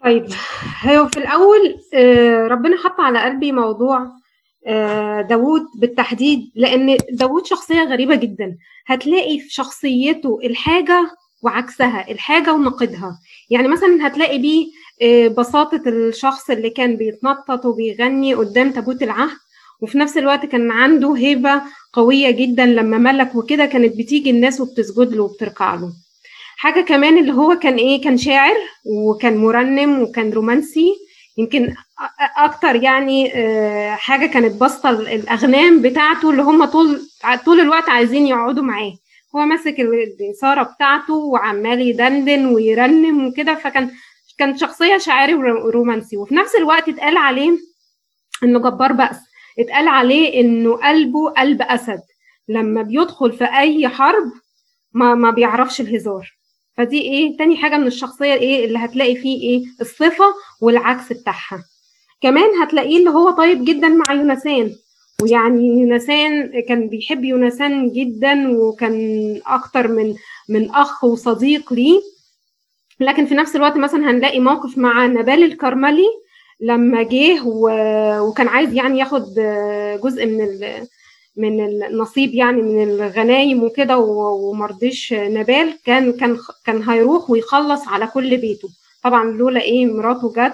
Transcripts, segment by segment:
طيب، هو في الأول ربنا حط على قلبي موضوع داوود بالتحديد، لأن داوود شخصية غريبة جدا. هتلاقي في شخصيته الحاجة وعكسها، الحاجة ونقيضها. يعني مثلا هتلاقي بيه بساطة الشخص اللي كان بيتنطط وبيغني قدام تابوت العهد، وفي نفس الوقت كان عنده هيبة قوية جدا. لما ملك وكده كانت بتيجي الناس وبتسجد له وبتركع له. حاجة كمان اللي هو كان كان شاعر وكان مرنم وكان رومانسي. يمكن اكتر يعني حاجة كانت بسطة الاغنام بتاعته اللي هم طول الوقت عايزين يقعدوا معاه. هو ماسك الإثارة بتاعته وعمال يدندن ويرنم وكده، كان شخصية شاعري ورومانسي. وفي نفس الوقت اتقال عليه انه جبار بأس، اتقال عليه انه قلبه قلب اسد، لما بيدخل في اي حرب ما بيعرفش الهزار. فدي تاني حاجة من الشخصية اللي هتلاقي فيه الصفة والعكس بتاعها. كمان هتلاقيه اللي هو طيب جدا مع يونسان، ويعني يونسان كان بيحب يونسان جدا، وكان اكتر من اخ وصديق ليه. لكن في نفس الوقت مثلا هنلاقي موقف مع نبال الكرملي لما جه وكان عايز يعني ياخد جزء من النصيب يعني من الغنايم وكده، ومرضيش نبال. كان هيروح ويخلص على كل بيته. طبعا لولا مراته جت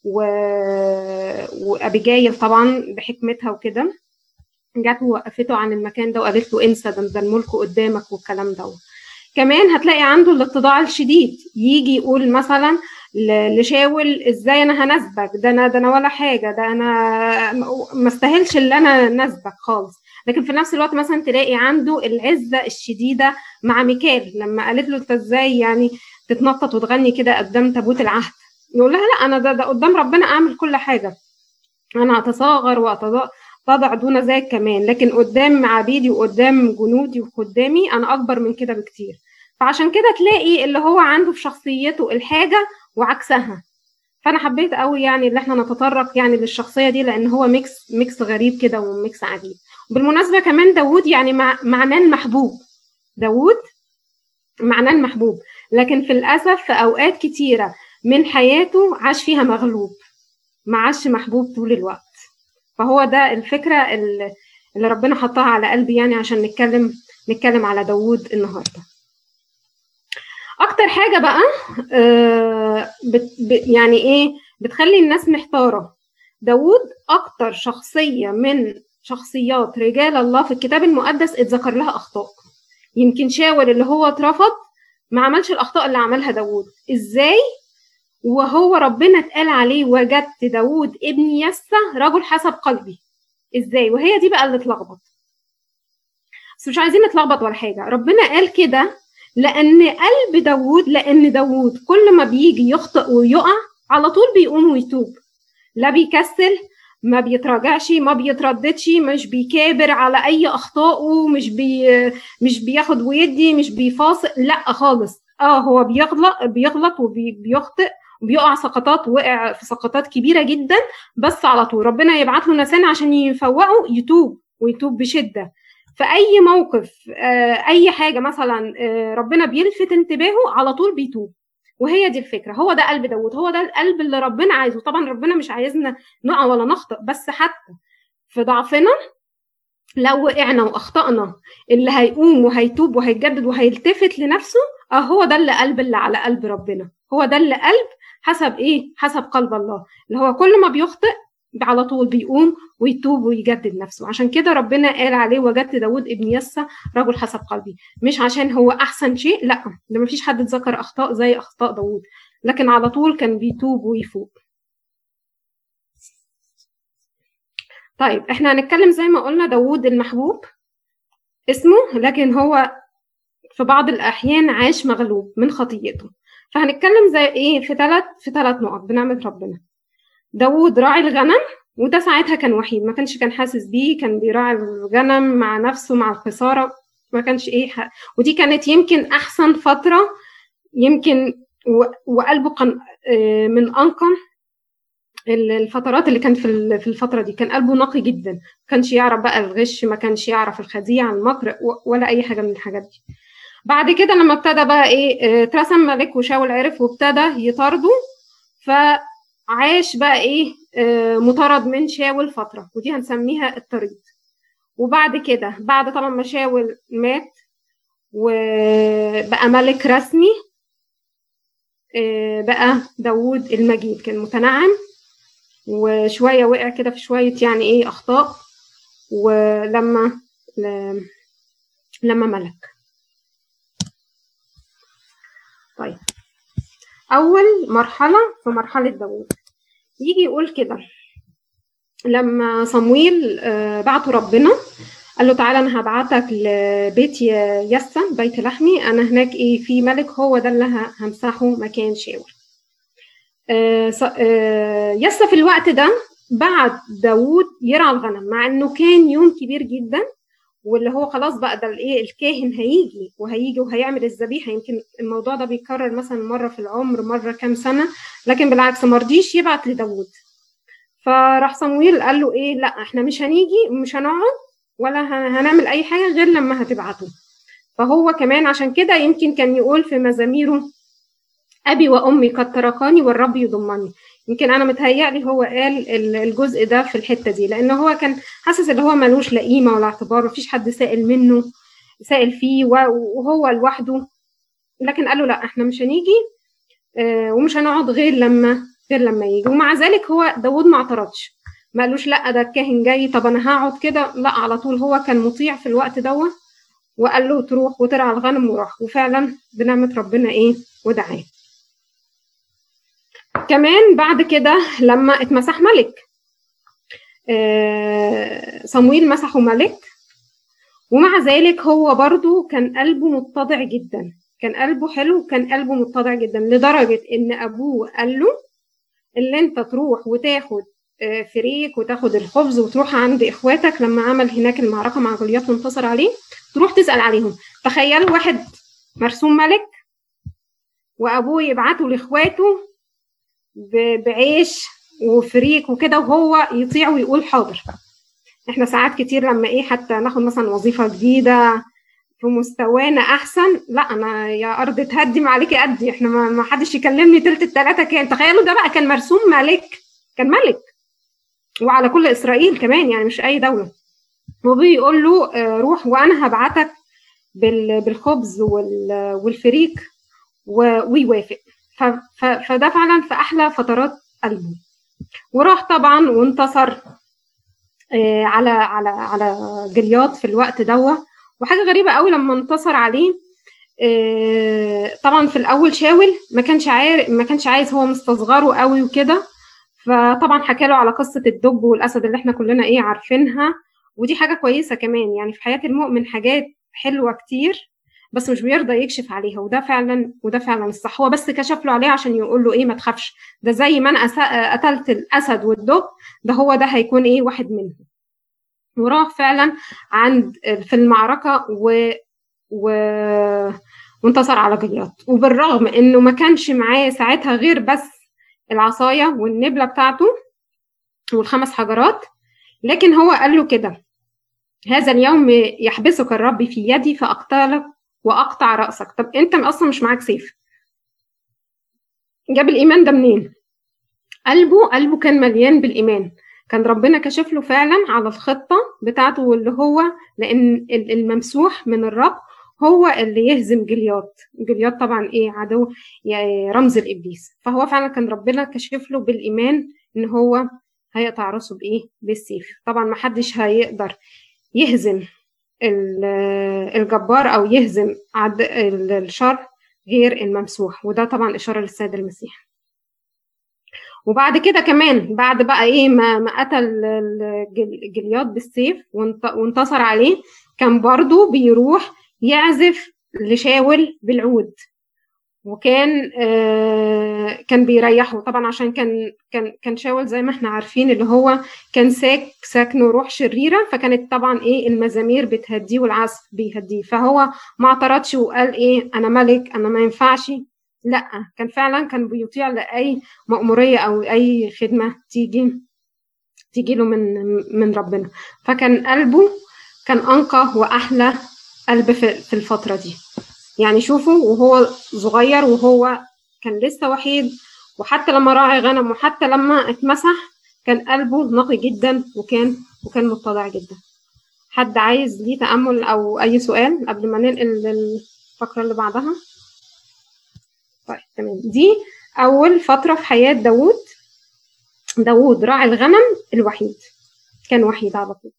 وابيجايل طبعا بحكمتها وكده جت ووقفته عن المكان ده وقالت له انسى، ده الملك قدامك والكلام ده. كمان هتلاقي عنده الاتضاع الشديد، يجي يقول مثلا لشاول ازاي انا هنسبك، ده انا ولا حاجه، ده انا ما استاهلش اللي انا نسبك خالص. لكن في نفس الوقت مثلا تلاقي عنده العزه الشديده مع ميكال لما قالت له انت ازاي يعني تتنطط وتغني كده قدام تابوت العهد، يقول لها لا، انا ده قدام ربنا اعمل كل حاجه، انا اتصاغر واتضع دون ذلك كمان، لكن قدام عبيدي وقدام جنودي وخدامي انا اكبر من كده بكتير. فعشان كده تلاقي اللي هو عنده في شخصيته الحاجه وعكسها. فانا حبيت قوي يعني اللي احنا نتطرق يعني للشخصيه دي، لان هو ميكس غريب كده وميكس عجيب. بالمناسبه كمان داوود يعني معناه المحبوب. داوود معناه المحبوب، لكن في الاسف في اوقات كتيره من حياته عاش فيها مغلوب، ما عاش محبوب طول الوقت. فهو ده الفكرة اللي ربنا حطها على قلبي يعني عشان نتكلم على داوود النهاردة. اكتر حاجة بقى يعني بتخلي الناس محتارة. داوود اكتر شخصية من شخصيات رجال الله في الكتاب المقدس اتذكر لها اخطاء. يمكن شاول اللي هو اترفض ما عملش الاخطاء اللي عملها داوود. ازاي؟ وهو ربنا اتقال عليه وجدت داوود ابن يسى رجل حسب قلبي. ازاي؟ وهي دي بقى اللي اتلخبط. بس مش عايزين نتلخبط ولا حاجه، ربنا قال كده لان قلب داوود، لان داوود كل ما بيجي يخطئ ويقع على طول بيقوم ويتوب، لا بيكسل، ما بيتراجعش، ما بيترددش، مش بيكابر على اي اخطائه، مش بياخد ويدي، مش بيفاصل، لا خالص. هو بيغلط وبيخطئ وبيقع سقطات، وقع في سقطات كبيره جدا، بس على طول ربنا يبعت له نسان عشان يفوقه يتوب ويتوب بشده. في اي موقف اي حاجه مثلا ربنا بيلفت انتباهه على طول بيتوب. وهي دي الفكره، هو ده قلب داوود، هو ده القلب اللي ربنا عايزه. طبعا ربنا مش عايزنا نقع ولا نخطئ، بس حتى في ضعفنا لو وقعنا واخطأنا اللي هيقوم وهيتوب وهيتجدد وهيلتفت لنفسه، هو ده اللي على قلب ربنا، هو ده اللي قلب حسب حسب قلب الله، اللي هو كل ما بيخطئ على طول بيقوم ويتوب ويجدد نفسه. عشان كده ربنا قال عليه وجدت داود ابن يسى رجل حسب قلبي، مش عشان هو احسن شيء، لا، ده مفيش حد ذكر اخطاء زي اخطاء داود، لكن على طول كان بيتوب ويفوق. طيب احنا هنتكلم زي ما قلنا داود المحبوب اسمه، لكن هو في بعض الاحيان عاش مغلوب من خطيته. فهنتكلم زي في ثلاث نقط بنعمة ربنا. داود راعي الغنم، وده ساعتها كان وحيد، ما كان حاسس بيه، كان بيراعي الغنم مع نفسه مع الخسارة، ما كانش ودي كانت يمكن احسن فترة، يمكن وقلبه كان من انقى الفترات اللي كانت في الفترة دي. كان قلبه نقي جدا، ما كانش يعرف بقى الغش، ما كانش يعرف الخديعة المكر ولا اي حاجة من الحاجات دي. بعد كده لما ابتدى بقى اترسم ملك وشاول عرف وابتدى يطارده، فعاش بقى ايه مطارد من شاول فترة، ودي هنسميها الطريد. وبعد كده بعد طبعا ما شاول مات وبقى ملك رسمي، بقى داوود المجيد كان متنعم، وشوية وقع كده في شوية يعني ايه اخطاء، ولما ملك. طيب اول مرحلة في مرحلة داوود، يجي يقول كده لما صمويل بعته ربنا قال له تعالى انا هبعتك لبيت يسى بيت لحمي، انا هناك ايه في ملك هو ده اللي همسحه مكان شاول. يسى في الوقت ده بعد داوود يرعى الغنم، مع انه كان يوم كبير جدا، واللي هو خلاص بقى ده الايه الكاهن هيجي وهيعمل الذبيحه، يمكن الموضوع ده بيتكرر مثلا مره في العمر، مره كام سنه، لكن بالعكس ما رضيش يبعت لداوود. فراح صمويل قال له ايه لا احنا مش هنيجي ومش هنقعد ولا هنعمل اي حاجه غير لما هتبعته. فهو كمان عشان كده يمكن كان يقول في مزاميره ابي وامي قد تركاني والرب يضمني. يمكن انا متهيألي هو قال الجزء ده في الحته دي لان هو كان حاسس ان هو ملوش لا قيمه ولا اعتبار، مفيش حد سائل فيه وهو لوحده. لكن قال له لا احنا مش هنيجي ومش هنقعد غير لما يجي. ومع ذلك هو داوود ما اعترضش، ما قالوش لا ده الكاهن جاي طب انا هقعد كده، لا على طول هو كان مطيع في الوقت ده وقال له تروح وترعى الغنم وراح، وفعلا بنعمه ربنا ايه ودعاه. كمان بعد كده لما اتمسح ملك، صمويل مسحه ملك، ومع ذلك هو برضو كان قلبه متضع جدا، كان قلبه حلو، كان قلبه متضع جدا لدرجة ان ابوه قال له اللي انت تروح وتاخد فريك وتاخد الخبز وتروح عند اخواتك لما عمل هناك المعركة مع جولياث وانتصر عليه، تروح تسأل عليهم. تخيلوا واحد مرسوم ملك وابوه يبعته لاخواته بعيش وفريك وكده وهو يطيع ويقول حاضر. احنا ساعات كتير لما ايه حتى ناخد مثلا وظيفة جديدة في مستوانا احسن، لا انا يا ارض تهدم عليكي قدي، احنا ما حدش يكلمني تلت التلاتة كان. تخيلوا ده بقى كان مرسوم ملك، كان ملك وعلى كل اسرائيل كمان يعني مش اي دولة، وبيقول له روح وانا هبعتك بالخبز والفريك ويوافق. فده فعلا في احلى فترات قلبه، وراح طبعا وانتصر على جلياط في الوقت ده. وحاجه غريبه قوي لما انتصر عليه، طبعا في الاول شاول ما كانش عايز، هو مستصغره قوي وكده، فطبعا حكى له على قصه الدب والاسد اللي احنا كلنا ايه عارفينها، ودي حاجه كويسه كمان يعني في حياه المؤمن حاجات حلوه كتير بس مش بيرضى يكشف عليها، وده فعلا الصح. هو بس كشف له عليه عشان يقول له ايه ما تخافش، ده زي ما انا قتلت الاسد والدب ده هو ده هيكون ايه واحد منهم. وراح فعلا في المعركه وانتصر على جلياط، وبالرغم انه ما كانش معاه ساعتها غير بس العصايه والنبله بتاعته والخمس حجرات، لكن هو قال له كده هذا اليوم يحبسك الرب في يدي فاقتلك واقطع راسك. طب انت اصلا مش معاك سيف، جاب الايمان ده منين؟ قلبه كان مليان بالايمان، كان ربنا كشف له فعلا على الخطه بتاعته، واللي هو لان الممسوح من الرب هو اللي يهزم جلياط طبعا ايه عدو يعني رمز الابليس. فهو فعلا كان ربنا كشف له بالايمان ان هو هيقطع راسه بايه بالسيف. طبعا ما حدش هيقدر يهزم الجبار او يهزم الشر غير الممسوح، وده طبعا اشاره للسيد المسيح. وبعد كده كمان بعد بقى ايه ما قتل جلياط بالسيف وانتصر عليه، كان برضو بيروح يعزف لشاول بالعود، وكان كان بيريحه طبعا عشان كان شاول زي ما احنا عارفين اللي هو كان ساكنه روح شريره، فكانت طبعا ايه المزامير بتهديه والعزف بيهديه، فهو ما اعترضش وقال ايه انا ملك انا ما ينفعش، لا كان فعلا كان بيطيع لاي مأموريه او اي خدمه تيجي له من ربنا. فكان قلبه كان انقى واحلى قلب في الفتره دي. يعني شوفوا وهو صغير وهو كان لسه وحيد وحتى لما راعي غنم وحتى لما اتمسح كان قلبه نقي جدا وكان متضع جدا. حد عايز ليه تأمل أو أي سؤال قبل ما ننقل للفقرة اللي بعدها؟ طيب تمام. دي أول فترة في حياة داوود راعي الغنم الوحيد، كان وحيد على طول.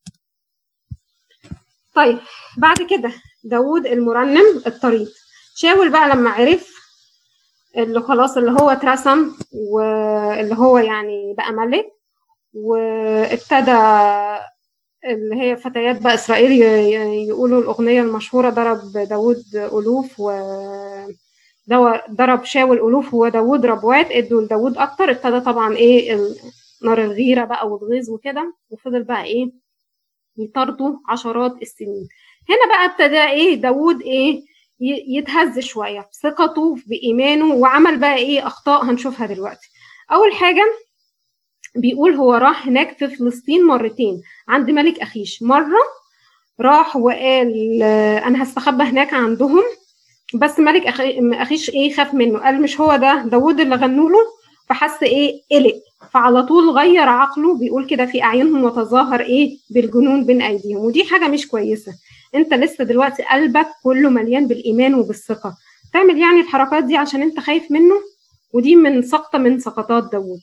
طيب بعد كده داوود المرنم الطريد. شاول بقى لما عرف اللي خلاص اللي هو اترسم واللي هو يعني بقى ملك، وابتدى اللي هي فتيات بقى إسرائيل يقولوا الأغنية المشهورة ضرب داوود ألوف ضرب شاول ألوف وداوود ربوات، ادوا لداوود أكتر. ابتدى طبعا نار الغيرة بقى والغيظ وكده، وفضل بقى يطردوا عشرات السنين. هنا بقى ابتدى داوود يتهز شوية في ثقته بإيمانه، وعمل بقى أخطاء هنشوفها دلوقتي. أول حاجة بيقول هو راح هناك في فلسطين مرتين عند ملك أخيش. مرة راح وقال أنا هستخبى هناك عندهم، بس ملك أخيش خاف منه، قال مش هو ده داوود اللي غنوا له، فحس قلق، فعلى طول غير عقله. بيقول كده في أعينهم وتظاهر بالجنون بين أيديهم، ودي حاجة مش كويسة. انت لسه دلوقتي قلبك كله مليان بالإيمان وبالثقة، تعمل يعني الحركات دي عشان انت خايف منه؟ ودي من سقطات داوود.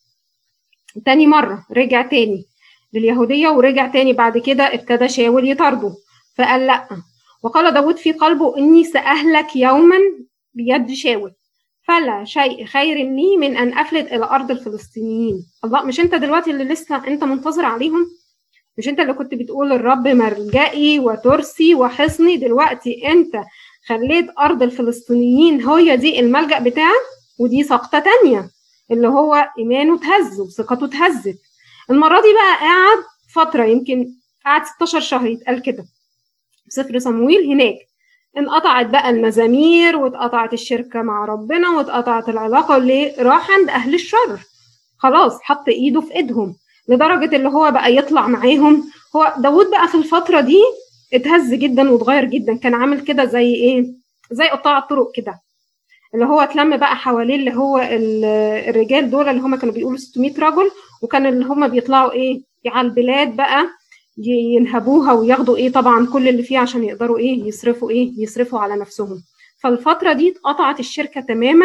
تاني مرة رجع تاني لليهودية، ورجع تاني بعد كده ابتدى شاول يطرده، فقال لأ. وقال داوود في قلبه إني سأهلك يوما بيد شاول، فلا شيء خير لي من أن أفلت إلى أرض الفلسطينيين. الله، مش انت دلوقتي اللي لسه انت منتظر عليهم؟ مش انت اللي كنت بتقول الرب مرجعي وترسي وحصني؟ دلوقتي انت خليت أرض الفلسطينيين هي دي الملجأ بتاعك. ودي سقطة تانية، اللي هو إيمانه تهز وثقته تهزت. المرة دي بقى قاعد فترة، يمكن قاعد 16 شهر يتقال كده في سفر صمويل. هناك انقطعت بقى المزامير، واتقطعت الشركة مع ربنا، واتقطعت العلاقة، اللي راح عند أهل الشر خلاص حط إيده في إيدهم، لدرجة اللي هو بقى يطلع معاهم. هو داوود بقى في الفترة دي اتهز جدا واتغير جدا، كان عامل كده زي قطاع الطرق كده، اللي هو اتلم بقى حواليه اللي هو الرجال دول اللي هم كانوا بيقولوا 600 رجل، وكان اللي هم بيطلعوا على البلاد بقى ينهبوها وياخدوا طبعا كل اللي فيها عشان يقدروا يصرفوا على نفسهم. فالفترة دي اتقطعت الشركة تماما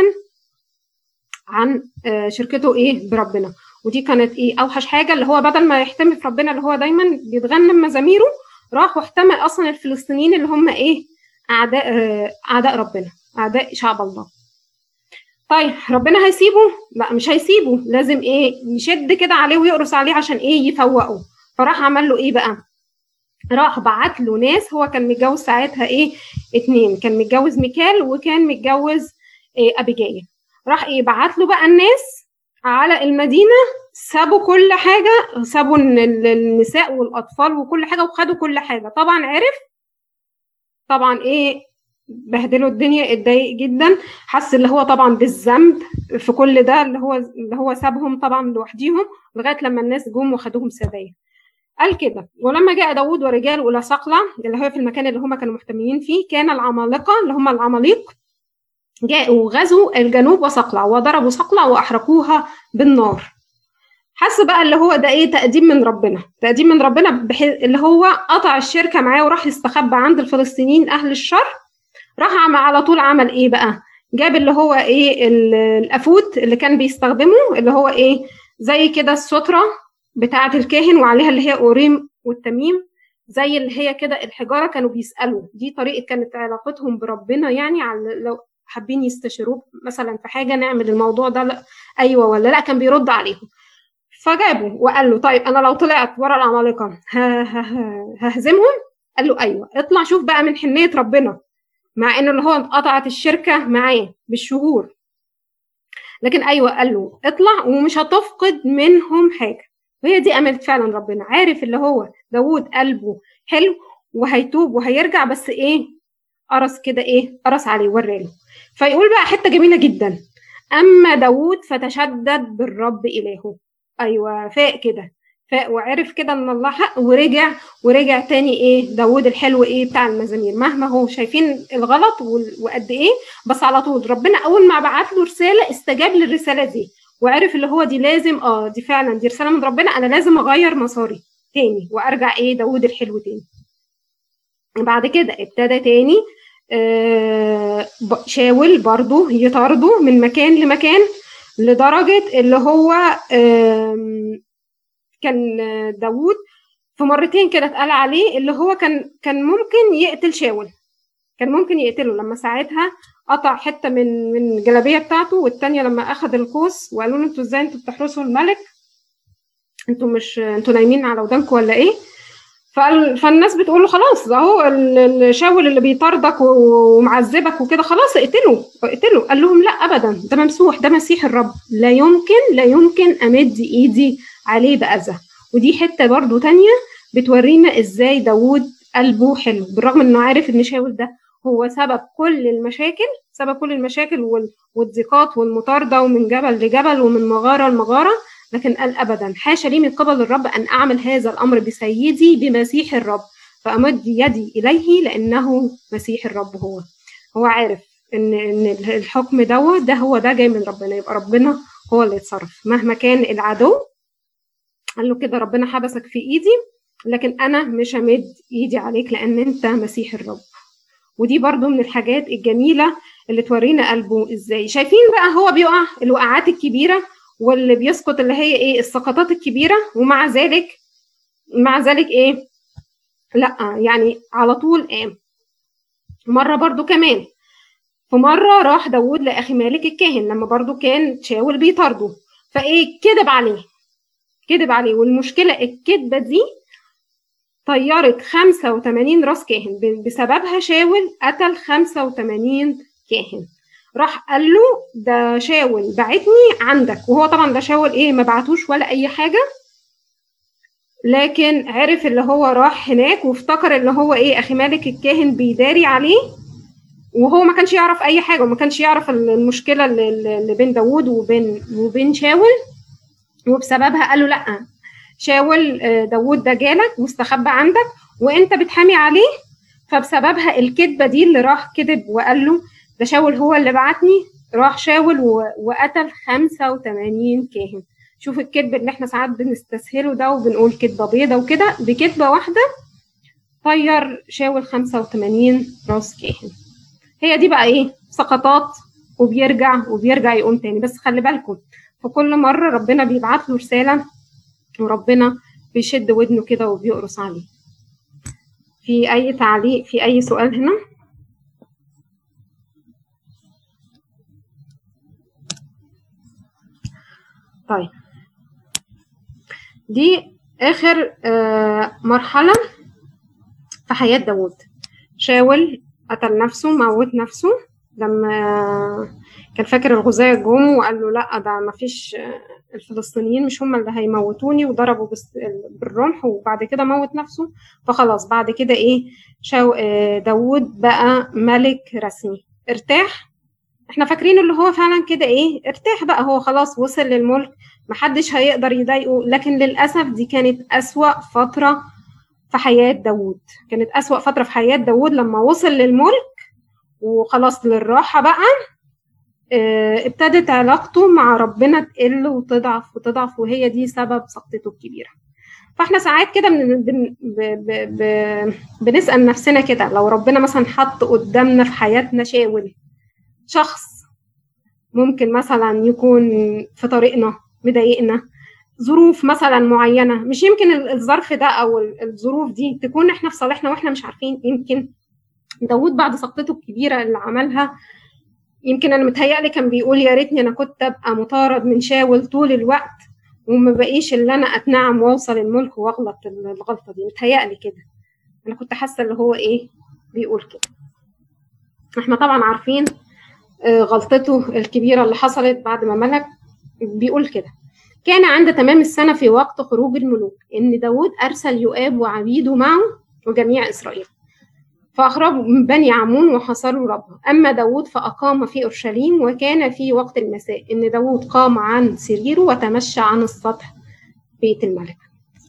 عن شركته بربنا. ودي كانت اوحش حاجة، اللي هو بدل ما يحتمي في ربنا اللي هو دايما بيتغنم مزاميره، راح واحتمى اصلا الفلسطينيين اللي هم اعداء ربنا، اعداء شعب الله. طيب ربنا هيسيبه؟ لا مش هيسيبه، لازم يشد كده عليه ويقرص عليه عشان يفوقه. فراح عمل له بقى؟ راح بعت له ناس. هو كان متجوز ساعتها 2، كان متجوز ميكال وكان متجوز أبيجايل. راح بعت له بقى الناس على المدينة، سابوا كل حاجة، سابوا النساء والأطفال وكل حاجة، وخدوا كل حاجة. طبعا عرف، طبعا بهدلوا الدنيا، اتضايق جدا، حس اللي هو طبعا بالذنب في كل ده، اللي هو سابهم طبعا لوحديهم لغايه لما الناس جم وخدوهم سبايا. قال كده: ولما جاء داوود ورجال الى صقلع، اللي هو في المكان اللي هم كانوا محتميين فيه، كان العمالقه اللي هم العماليق جاءوا وغزوا الجنوب وصقلع، وضربوا صقلع واحرقوها بالنار. حس بقى اللي هو ده تقديم من ربنا، تقديم من ربنا، اللي هو قطع الشركه معاه وراح يستخبى عند الفلسطينيين اهل الشر. راح على طول عمل بقى؟ جاب اللي هو الافود اللي كان بيستخدمه، اللي هو زي كده السترة بتاعة الكاهن، وعليها اللي هي أوريم والتميم، زي اللي هي كده الحجارة. كانوا بيسألوا، دي طريقة كانت علاقتهم بربنا، يعني لو حابين يستشيروه مثلا في حاجة نعمل الموضوع ده، لا أيوة ولا لا، كان بيرد عليهم. فجابه وقال له: طيب أنا لو طلعت ورا العمالقة ههزمهم؟ قال له: أيوة، اطلع شوف بقى من حنية ربنا، مع انه اللي هو انقطعت الشركه معاه بالشهور، لكن ايوه قال له اطلع ومش هتفقد منهم حاجه. وهي دي امانه فعلا ربنا. عارف اللي هو داوود قلبه حلو وهيتوب وهيرجع، بس قرص كده، قرص عليه وراله. فيقول بقى حته جميله جدا: اما داوود فتشدد بالرب الهه. ايوه، فاق كده، فاق وعرف كده ان الله حق، ورجع تاني ايه داوود الحلو ايه بتاع المزامير، مهما هو شايفين الغلط وقد ايه، بس على طول ربنا اول ما بعت له رساله استجاب للرساله دي، وعرف اللي هو دي لازم دي فعلا دي رساله من ربنا، انا لازم اغير مساري تاني وارجع ايه داوود الحلو تاني. بعد كده ابتدى تاني شاول برضو يطارده من مكان لمكان، لدرجة اللي هو كان داوود في مرتين كده اتقال عليه اللي هو كان ممكن يقتل شاول، كان ممكن يقتله، لما ساعتها قطع حتة من الجلابية بتاعته، والتانية لما أخذ القوس وقالوا له انتوا ازاي انتوا بتحرسوا الملك، انتوا نايمين على ودانكم ولا ايه؟ فالناس بتقول له خلاص اهو الشاول اللي بيطاردك ومعذبك وكده خلاص اقتله. قال لهم لا ابدا، ده ممسوح، ده مسيح الرب، لا يمكن امد ايدي عليه باذى. ودي حته برضو تانية بتورينا ازاي داوود قلبه حلو، بالرغم انه عارف ان شاول ده هو سبب كل المشاكل والضيقات والمطارده، ومن جبل لجبل ومن مغاره لمغاره، لكن قال أبدا حاشا لي من قبل الرب أن أعمل هذا الأمر بسيدي بمسيح الرب، فأمد يدي إليه لأنه مسيح الرب. هو عارف إن الحكم ده جاي من ربنا، يبقى ربنا هو اللي يتصرف مهما كان العدو. قال له كده ربنا حبسك في إيدي، لكن أنا مش همد إيدي عليك لأن أنت مسيح الرب. ودي برضو من الحاجات الجميلة اللي تورينا قلبه إزاي. شايفين بقى هو بيقع الوقعات الكبيرة واللي بيسقط اللي هي ايه السقطات الكبيره، ومع ذلك ايه لا يعني على طول قام. مره برضو كمان في مره راح داوود لاخي مالك الكاهن لما برضو كان شاول بيطارده، فايه كذب عليه، والمشكله الكذبه دي طيرت 85 راس كاهن، بسببها شاول قتل 85 كاهن. راح قال له ده شاول بعتني عندك، وهو طبعا ده شاول ايه ما بعتوش ولا اي حاجه، لكن عرف اللي هو راح هناك وافتكر اللي هو ايه اخي مالك الكاهن بيداري عليه، وهو ما كانش يعرف اي حاجه، وما كانش يعرف المشكله اللي بين داوود وبين شاول، وبسببها قال له لا شاول داوود ده جالك واستخبى عندك وانت بتحامي عليه، فبسببها الكذبه دي اللي راح كذب وقال له ده شاول هو اللي بعتني، راح شاول وقتل 85 كاهن. شوف الكذب اللي احنا ساعات بنستسهله ده وبنقول كذبه بيضه وكده، بكذبه واحده طير شاول 85 راس كاهن. هي دي بقى ايه سقطات، وبيرجع يقوم تاني. بس خلي بالكم في كل مره ربنا بيبعت له رساله، وربنا بيشد ودنه كده وبيقرص عليه. في اي تعليق، في اي سؤال هنا؟ طيب دي اخر مرحله في حياه داوود. شاول قتل نفسه، موت نفسه لما كان فاكر الغزاة جم وقال له لا ده ما فيش، الفلسطينيين مش هم اللي هيموتوني، وضربوا بالرمح وبعد كده موت نفسه. فخلاص بعد كده ايه داوود بقى ملك رسمي، ارتاح. احنا فاكرين اللي هو فعلا كده ايه ارتاح بقى، هو خلاص وصل للملك، محدش هيقدر يضايقه. لكن للأسف دي كانت أسوأ فترة في حياة داوود، كانت أسوأ فترة في حياة داوود لما وصل للملك وخلاص للراحة بقى. ابتدت علاقته مع ربنا تقل وتضعف، وهي دي سبب سقطته الكبيرة. فاحنا ساعات كده بنسأل نفسنا كده، لو ربنا مثلا حط قدامنا في حياتنا شاول، شخص ممكن مثلا يكون في طريقنا مضايقنا، ظروف مثلا معينة، مش يمكن الظرف ده أو الظروف دي تكون احنا في صالحنا واحنا مش عارفين. يمكن داوود بعد سقطته الكبيرة اللي عملها، يمكن أنا متهيألي كان بيقول يا ريتني أنا كنت أبقى مطارد من شاول طول الوقت وما بقيش اللي أنا أتنعم وأوصل الملك وأغلط الغلطة دي. متهيألي كده، أنا كنت حاسة اللي هو إيه بيقول كده. احنا طبعا عارفين غلطته الكبيرة اللي حصلت بعد ما ملك. بيقول كده: كان عند تمام السنة في وقت خروج الملوك إن داود أرسل يؤاب وعبيده معه وجميع إسرائيل، فأخرجوا من بني عمون وحصروا ربه. أما داود فأقام في أورشليم، وكان في وقت المساء إن داود قام عن سريره وتمشى عن السطح بيت الملك.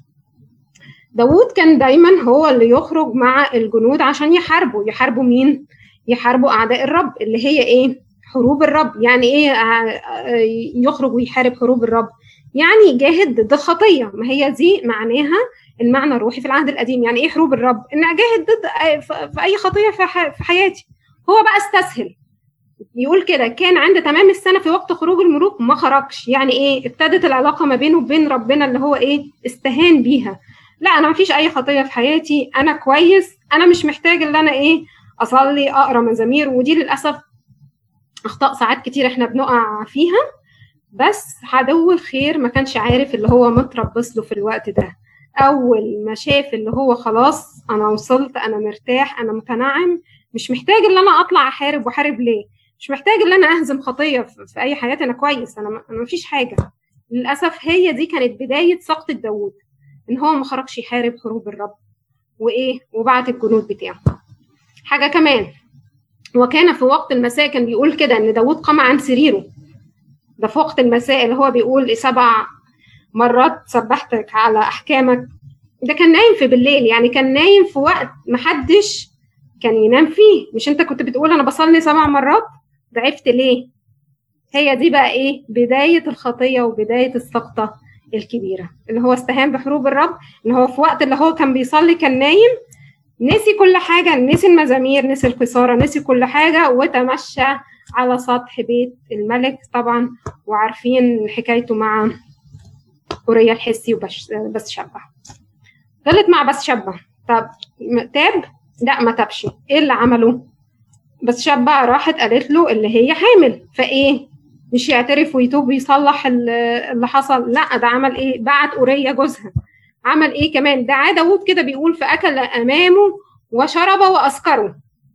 داود كان دايما هو اللي يخرج مع الجنود عشان يحاربوا مين؟ يحاربوا أعداء الرب، اللي هي إيه؟ حروب الرب. يعني إيه يخرج ويحارب حروب الرب؟ يعني يجاهد ضد الخطية. ما هي دي معناها المعنى الروحي في العهد القديم. يعني إيه حروب الرب؟ إن أجاهد ضد في أي خطية في حياتي. هو بقى استسهل، يقول كده كان عند تمام السنة في وقت خروج الملوك ما خرجش. يعني إيه؟ ابتدت العلاقة ما بينه وبين ربنا اللي هو إيه؟ استهان بيها. لا، انا مفيش اي خطيه في حياتي، انا كويس، انا مش محتاج ان انا ايه اصلي اقرا مزامير. ودي للاسف اخطاء ساعات كتير احنا بنقع فيها. بس عدو الخير ما كانش عارف اللي هو متربص له في الوقت ده. اول ما شاف اللي هو خلاص انا وصلت، انا مرتاح، انا متنعم، مش محتاج ان انا اطلع واحارب ليه؟ مش محتاج ان انا اهزم خطيه في اي حياتي، انا كويس، انا مفيش حاجه. للاسف هي دي كانت بدايه سقط داوود، ان هو ما خرجش يحارب حروب الرب وايه وبعت الجنود بتاعه. حاجه كمان، وكان في وقت المساء، كان بيقول كده ان داوود قام عن سريره. ده في وقت المساء اللي هو بيقول 7 مرات سبحتك على احكامك. ده كان نايم في بالليل، يعني كان نايم في وقت محدش كان ينام فيه. مش انت كنت بتقول انا بصلي 7 مرات؟ ضعفت ليه؟ هي دي بقى ايه بدايه الخطيه وبدايه السقطه الكبيره، اللي هو استهان بحروب الرب. ان هو في وقت اللي هو كان بيصلي كان نايم، نسي كل حاجه، نسي المزامير، نسي القصاره، نسي كل حاجه، وتمشى على سطح بيت الملك. طبعا وعارفين حكايته مع أوريا الحسي وبسشبة. غلط مع بسشبة، طب تاب؟ لا ما تابش. ايه اللي عمله؟ بسشبة راحت قالت له اللي هي حامل، فايه مش يعترف ويتوب ويصلح اللي حصل؟ لا، ده عمل ايه؟ بعت أوريا جوزها. عمل ايه كمان؟ دعا داود كده بيقول فأكل أمامه وشرب وأسكره.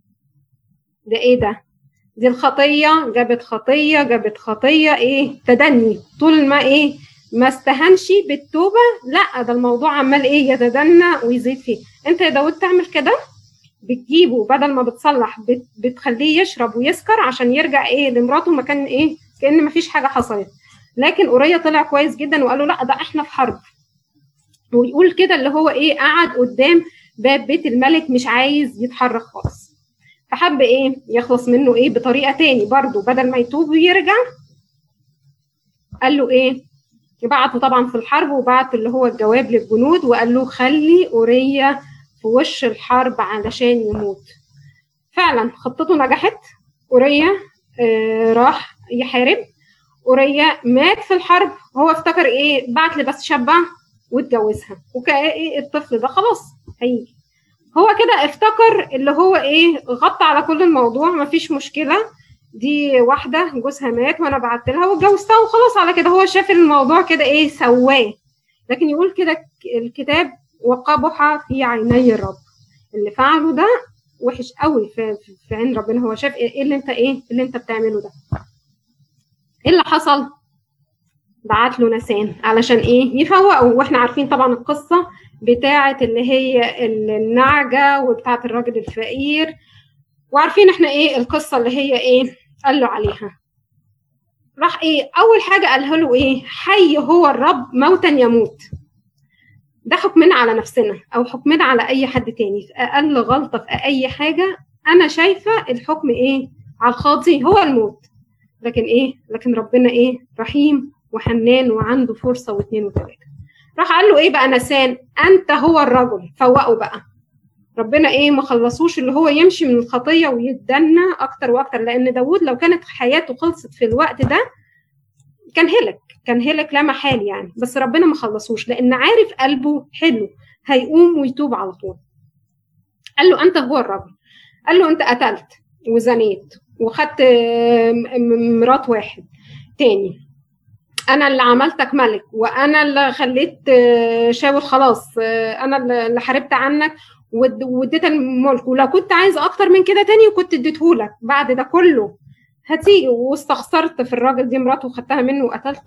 ده ايه ده؟ دي الخطية جابت خطية جابت خطية، ايه تدني. طول ما ايه ما استهنش بالتوبة، لا ده الموضوع عمال ايه يتدنى ويزيد فيه. انت يا داود تعمل كده، بتجيبه بدل ما بتصلح بتخليه يشرب ويسكر عشان يرجع ايه لمراته مكان ايه كأن مفيش حاجة حصلت. لكن أوريا طلع كويس جدا وقال له لا ده احنا في حرب. ويقول كده اللي هو ايه قعد قدام باب بيت الملك مش عايز يتحرك خالص. فحب ايه يخلص منه ايه بطريقه تاني برضو، بدل ما يتوب ويرجع قال له ايه بعته طبعا في الحرب، وبعت اللي هو الجواب للجنود وقال له خلي أوريا في وش الحرب علشان يموت. فعلا خطته نجحت. أوريا راح يحارب، أوريا مات في الحرب. هو افتكر ايه بعت لبسشبة واتجوزها، وكأيه الطفل ده خلاص هيجي. هو كده افتكر اللي هو ايه غطى على كل الموضوع، مفيش مشكله، دي واحده جوزها مات وانا بعت لها واتجوزتها وخلاص على كده. هو شاف الموضوع كده ايه سواه. لكن يقول كده الكتاب وقبح في عيني الرب. اللي فعله ده وحش قوي في عين ربنا. هو شاف ايه اللي انت بتعمله ده. ايه اللي حصل؟ بعت له نسان علشان ايه يفوقه. واحنا عارفين طبعا القصه بتاعه اللي هي النعجه وبتاعه الراجل الفقير، وعارفين احنا ايه القصه اللي هي ايه قال له عليها. راح ايه اول حاجه قالها له ايه حي هو الرب موتا يموت. ده حكمنا على نفسنا او حكمنا على اي حد تاني في اقل غلطه في اي حاجه. انا شايفه الحكم ايه على الخاطي هو الموت. لكن ربنا ايه رحيم وحنان وعنده فرصه واثنين وثلاثه. راح قال له ايه بقى نسان انت هو الرجل. فوقه بقى ربنا ايه ما خلصوش اللي هو يمشي من الخطيه ويتدنى اكتر واكتر. لان داود لو كانت حياته خلصت في الوقت ده كان هلك لا محال يعني. بس ربنا ما خلصوش لان عارف قلبه حلو هيقوم ويتوب على طول. قال له انت هو الرجل. قال له انت قتلت وزنيت وخدت مرات واحد تاني، انا اللي عملتك ملك وانا اللي خليت شاول خلاص، انا اللي حاربت عنك واديت الملك، ولو كنت عايز اكتر من كده تاني كنت اديتهولك. بعد ده كله هتيجي واستخسرت في الراجل دي مراته وخدتها منه وقتلته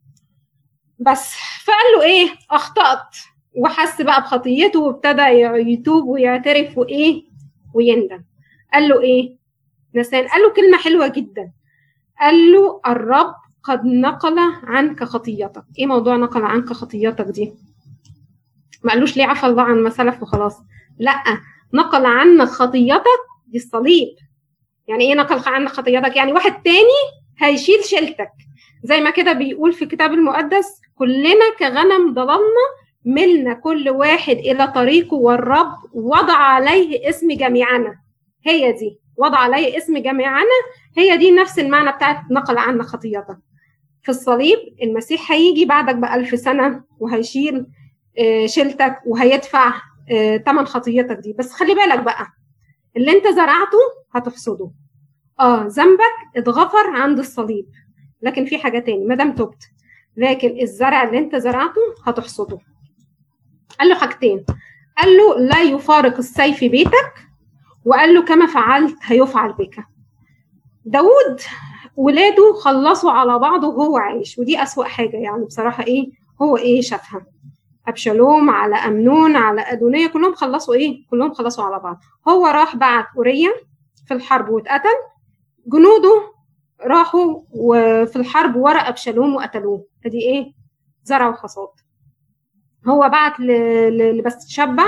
بس. فقال له ايه اخطأت وحس بقى بخطيته وابتدى يتوب ويعترف وايه ويندم. قال له ايه نسان؟ قال له كلمة حلوة جدا. قال له الرب قد نقل عنك خطيتك. ايه موضوع نقل عنك خطيتك دي؟ ما قالوش ليه عفى الله عن ما سلف وخلاص، لا، نقل عنك خطيتك، دي الصليب. يعني ايه نقل عنك خطيتك؟ يعني واحد تاني هيشيل شيلتك، زي ما كده بيقول في الكتاب المقدس كلنا كغنم ضللنا، ملنا كل واحد الى طريقه والرب وضع عليه اسم جميعنا. هي دي وضع عليه اسم جميعنا، هي دي نفس المعنى بتاعت نقل عنك خطيتك. في الصليب المسيح هيجي بعدك ب1000 سنة وهيشيل شيلتك وهيدفع تمن خطيتك دي. بس خلي بالك بقى، اللي انت زرعته هتحصده. ذنبك اتغفر عند الصليب، لكن في حاجة تاني، ما دام تبت، لكن الزرع اللي انت زرعته هتحصده. قال له حاجتين، قال له لا يفارق السيف بيتك، وقال له كما فعلت هيفعل بك. داود ولاده خلصوا على بعض وهو عايش، ودي أسوأ حاجة يعني بصراحة. هو شافها، أبشالوم على أمنون على أدونية، كلهم خلصوا كلهم خلصوا على بعض. هو راح بعت أوريا في الحرب واتقتل، جنوده راحوا وفي الحرب ورا أبشالوم وقتلوه. ادي زرع وحصاد. هو بعت لبستشبع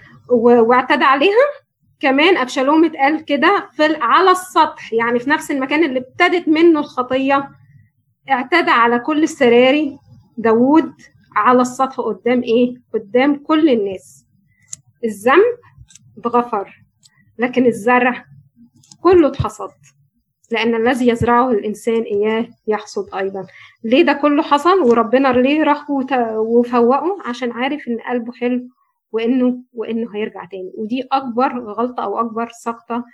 واعتدى عليها، كمان أبشالوم اتقال كده على السطح، يعني في نفس المكان اللي ابتدت منه الخطية اعتدى على كل السراري. داود على السطح قدام قدام كل الناس. الذنب اتغفر، لكن الزرع كله اتحصد، لأن الذي يزرعه الإنسان إياه يحصد أيضا. ليه ده كله حصل؟ وربنا ليه راح وفوقه؟ عشان عارف إن قلبه حلو وإنه هيرجع تاني. ودي أكبر غلطة أو أكبر سقطة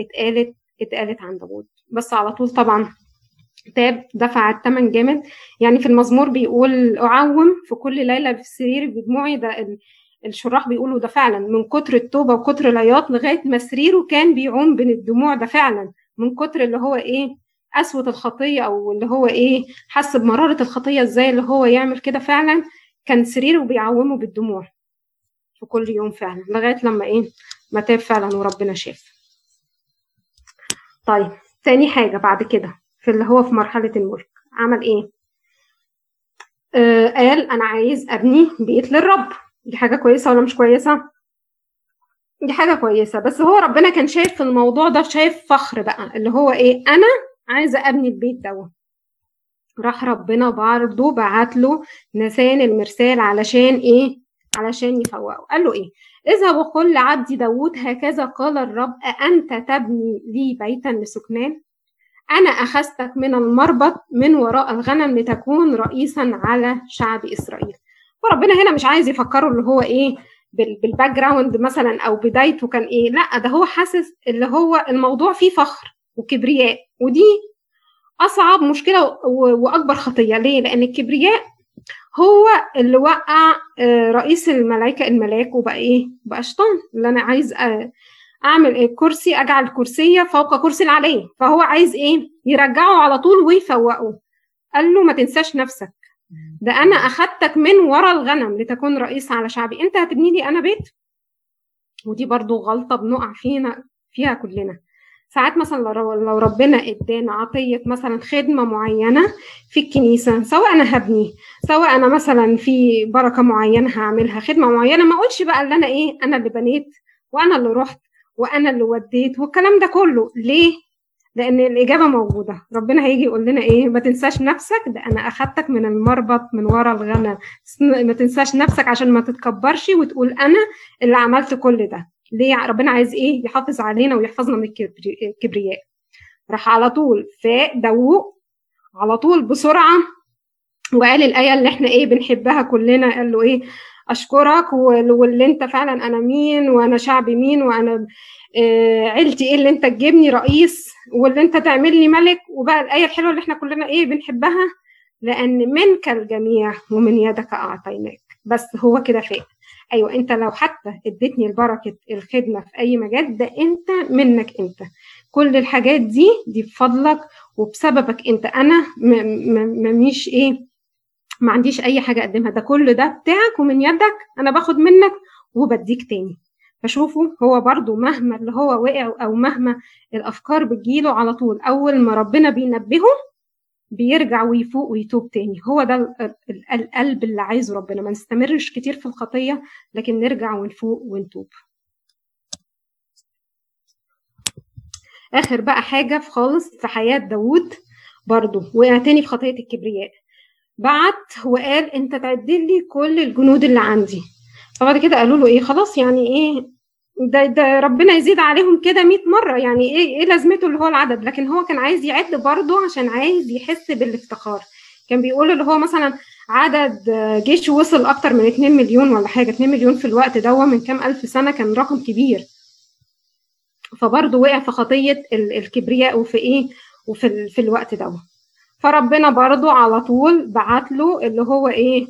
اتقالت عن داود. بس على طول طبعا تاب، دفع الثمن جامد. يعني في المزمور بيقول أعوم في كل ليلة في سريري بدموعي. ده الشراح بيقولوا ده فعلا من كتر التوبة وكتر العياط لغاية ما سريره كان بيعوم بين الدموع. ده فعلا من كتر اللي هو قسوة الخطية، أو اللي هو حس بمرارة الخطية ازاي اللي هو يعمل كده. فعلا كان سريره بيعومه بالدموع في كل يوم فعلا، لغاية لما ما تاب فعلا وربنا شاف. طيب تاني حاجة بعد كده في اللي هو في مرحلة الملك عمل قال أنا عايز أبني بيت للرب. دي حاجة كويسة ولا مش كويسة؟ دي حاجة كويسة، بس هو ربنا كان شايف في الموضوع ده، شايف فخر بقى، اللي هو أنا عايزة أبني البيت ده. راح ربنا برضه بعت له نسان المرسال علشان يفوقه. قال له اذهب وقل لعبدي داود هكذا قال الرب، أأنت تبني لي بيتا لسكنان؟ أنا أخذتك من المربط من وراء الغنم لتكون رئيسا على شعب إسرائيل. وربنا هنا مش عايز يفكره اللي هو بالباك جراوند مثلا أو بدايته كان لا، ده هو حاسس اللي هو الموضوع فيه فخر وكبرياء، ودي أصعب مشكلة وأكبر خطية. ليه؟ لأن الكبرياء هو اللي وقع رئيس الملاك وبقى بقى شيطان. اللي أنا عايز أعمل كرسي، أجعل كرسية فوق كرسي العلي، فهو عايز يرجعه على طول ويفوقه. قال له ما تنساش نفسك، ده أنا أخدتك من ورا الغنم لتكون رئيس على شعبي، أنت هتبني لي أنا بيت؟ ودي برضو غلطة بنقع فيها كلنا. ساعات مثلا لو ربنا ادانا عطية مثلا خدمة معينة في الكنيسة، سواء أنا هبني، سواء أنا مثلا في بركة معينة هعملها، خدمة معينة، ما أقولش بقى اللي أنا اللي بنيت وأنا اللي رحت وأنا اللي وديت والكلام ده كله. ليه؟ لأن الإجابة موجودة. ربنا هيجي يقول لنا ما تنساش نفسك، ده أنا أخدتك من المربط من ورا الغنم. ما تنساش نفسك عشان ما تتكبرش وتقول أنا اللي عملت كل ده. ليه؟ ربنا عايز يحافظ علينا ويحفظنا من الكبرياء. راح على طول فاق داوود على طول بسرعة وقال الآية اللي احنا بنحبها كلنا. قال له أشكرك، واللي انت فعلا أنا مين وأنا شعبي مين وأنا عيلتي اللي انت تجيبني رئيس واللي انت تعمل لي ملك. وبقى الآية الحلوة اللي احنا كلنا بنحبها، لأن منك الجميع ومن يدك أعطيناك. بس هو كده فاق. أيوة، أنت لو حتى اديتني البركة الخدمة في أي مجال، ده أنت منك أنت، كل الحاجات دي بفضلك وبسببك أنت. أنا مش ما عنديش أي حاجة أقدمها، ده كل ده بتاعك ومن يدك، أنا باخد منك وبديك تاني. فشوفوا هو برضو مهما اللي هو وقع أو مهما الأفكار بتجيله، على طول أول ما ربنا بينبهه بيرجع ويفوق ويتوب تاني. هو ده القلب اللي عايزه ربنا، ما نستمرش كتير في الخطية لكن نرجع ونفوق ونتوب. آخر بقى حاجة في خالص في حياة داود برضو وقع تاني في خطية الكبرياء. بعت وقال انت تعدل لي كل الجنود اللي عندي. فبعد كده قالوا له ايه، خلاص يعني ايه ده ربنا يزيد عليهم كده 100 مرة، يعني ايه لازمته اللي هو العدد. لكن هو كان عايز يعد برضه عشان عايز يحس بالافتخار. كان بيقول اللي هو مثلا عدد جيش وصل اكتر من 2 مليون ولا حاجة. 2 مليون في الوقت ده من كام الف سنة كان رقم كبير. فبرضه وقع في خطية الكبرياء وفي ايه وفي الوقت ده. فربنا برضو على طول بعت له اللي هو ايه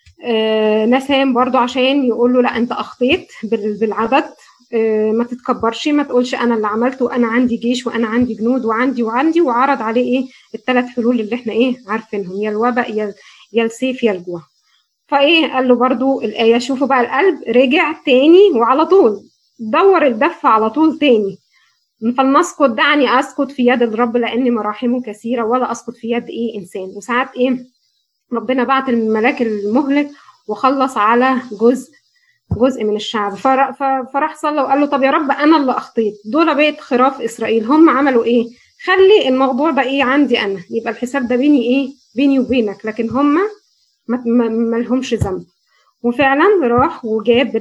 نسام برضو عشان يقول له لا انت اخطيت بالعدد، ما تتكبرش، ما تقولش انا اللي عملته وانا عندي جيش وانا عندي جنود وعندي. وعرض عليه ايه الثلاث حلول اللي احنا ايه عارفينهم، يا الوباء يا السيف يا الجوع. فايه قال له برضو الايه، شوفوا بقى القلب رجع تاني وعلى طول دور الدفة على طول تاني. فلنسقط، دعني اسقط في يد الرب لان مراحمه كثيره ولا اسقط في يد ايه انسان. وساعات ايه ربنا بعت الملاك المهلك وخلص على جزء من الشعب. فراح صلى وقال له طب يا رب انا اللي اخطيت، دول بيت خراف اسرائيل هم عملوا ايه، خلي الموضوع ده ايه عندي انا، يبقى الحساب ده بيني وبينك، لكن هم ما لهمش ذنب. وفعلا راح وجاب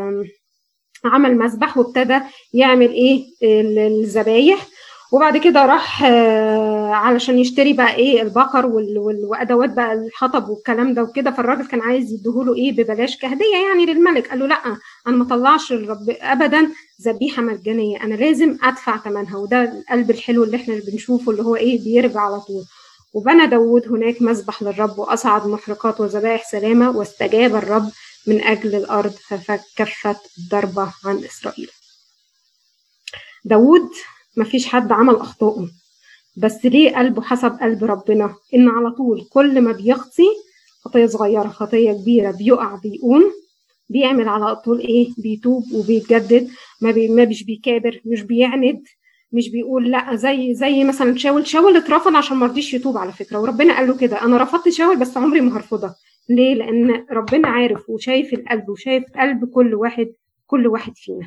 عمل مسبح وابتدى يعمل ايه الذبايح. وبعد كده راح علشان يشتري بقى ايه البقر وادوات بقى الحطب والكلام ده وكده. فالراجل كان عايز يديهوله ايه ببلاش كهديه يعني للملك. قال له لا انا ما طلعش الرب ابدا ذبيحه مجانيه، انا لازم ادفع ثمنها. وده القلب الحلو اللي احنا بنشوفه اللي هو ايه بيرجع على طول. وبنى داود هناك مسبح للرب واصعد محرقات وذبائح سلامه، واستجاب الرب من أجل الأرض فكفت الضربة عن إسرائيل. داود مفيش حد عمل أخطائه، بس ليه قلبه حسب قلب ربنا، إن على طول كل ما بيخطي خطية صغيرة خطية كبيرة بيقع بيقوم بيعمل على طول إيه بيتوب وبيتجدد. مش بيكابر، مش بيعند، مش بيقول لا زي مثلا شاول اترفض عشان ما رضيش يتوب على فكرة. وربنا قال له كده انا رفضت شاول بس عمري ما هرفضك. ليه؟ لان ربنا عارف وشايف القلب وشايف قلب كل واحد فينا.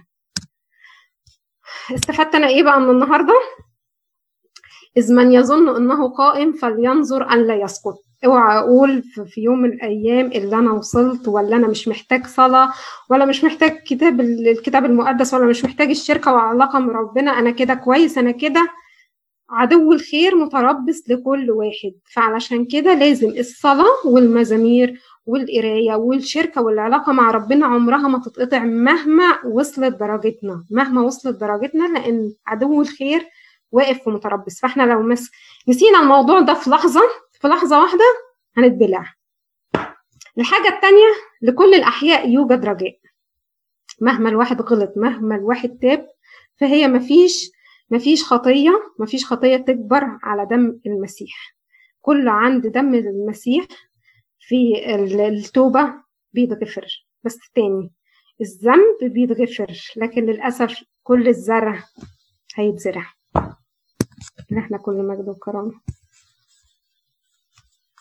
استفدت انا ايه بقى من النهارده؟ اذ من يظن انه قائم فلينظر ان لا يسقط. اوعى اقول في يوم من الايام اللي انا وصلت، ولا انا مش محتاج صلاه، ولا مش محتاج الكتاب المقدس، ولا مش محتاج الشركه وعلاقه مع ربنا، انا كده كويس، انا كده. عدو الخير متربص لكل واحد. فعلشان كده لازم الصلاه والمزامير والقرايه والشركه والعلاقه مع ربنا عمرها ما تتقطع مهما وصلت درجتنا، لان عدو الخير واقف ومتربص. فاحنا لو نسينا الموضوع ده في لحظه واحده هنتبلع. الحاجه الثانيه، لكل الاحياء يوجد رجاء. مهما الواحد غلط، مهما الواحد تاب، فهي مفيش خطيه تكبر على دم المسيح. كل عند دم المسيح في التوبه بيتغفر. بس تاني الذنب بيتغفر، لكن للاسف كل الزرع هيتزرع. نحن كل مجد وكرامه.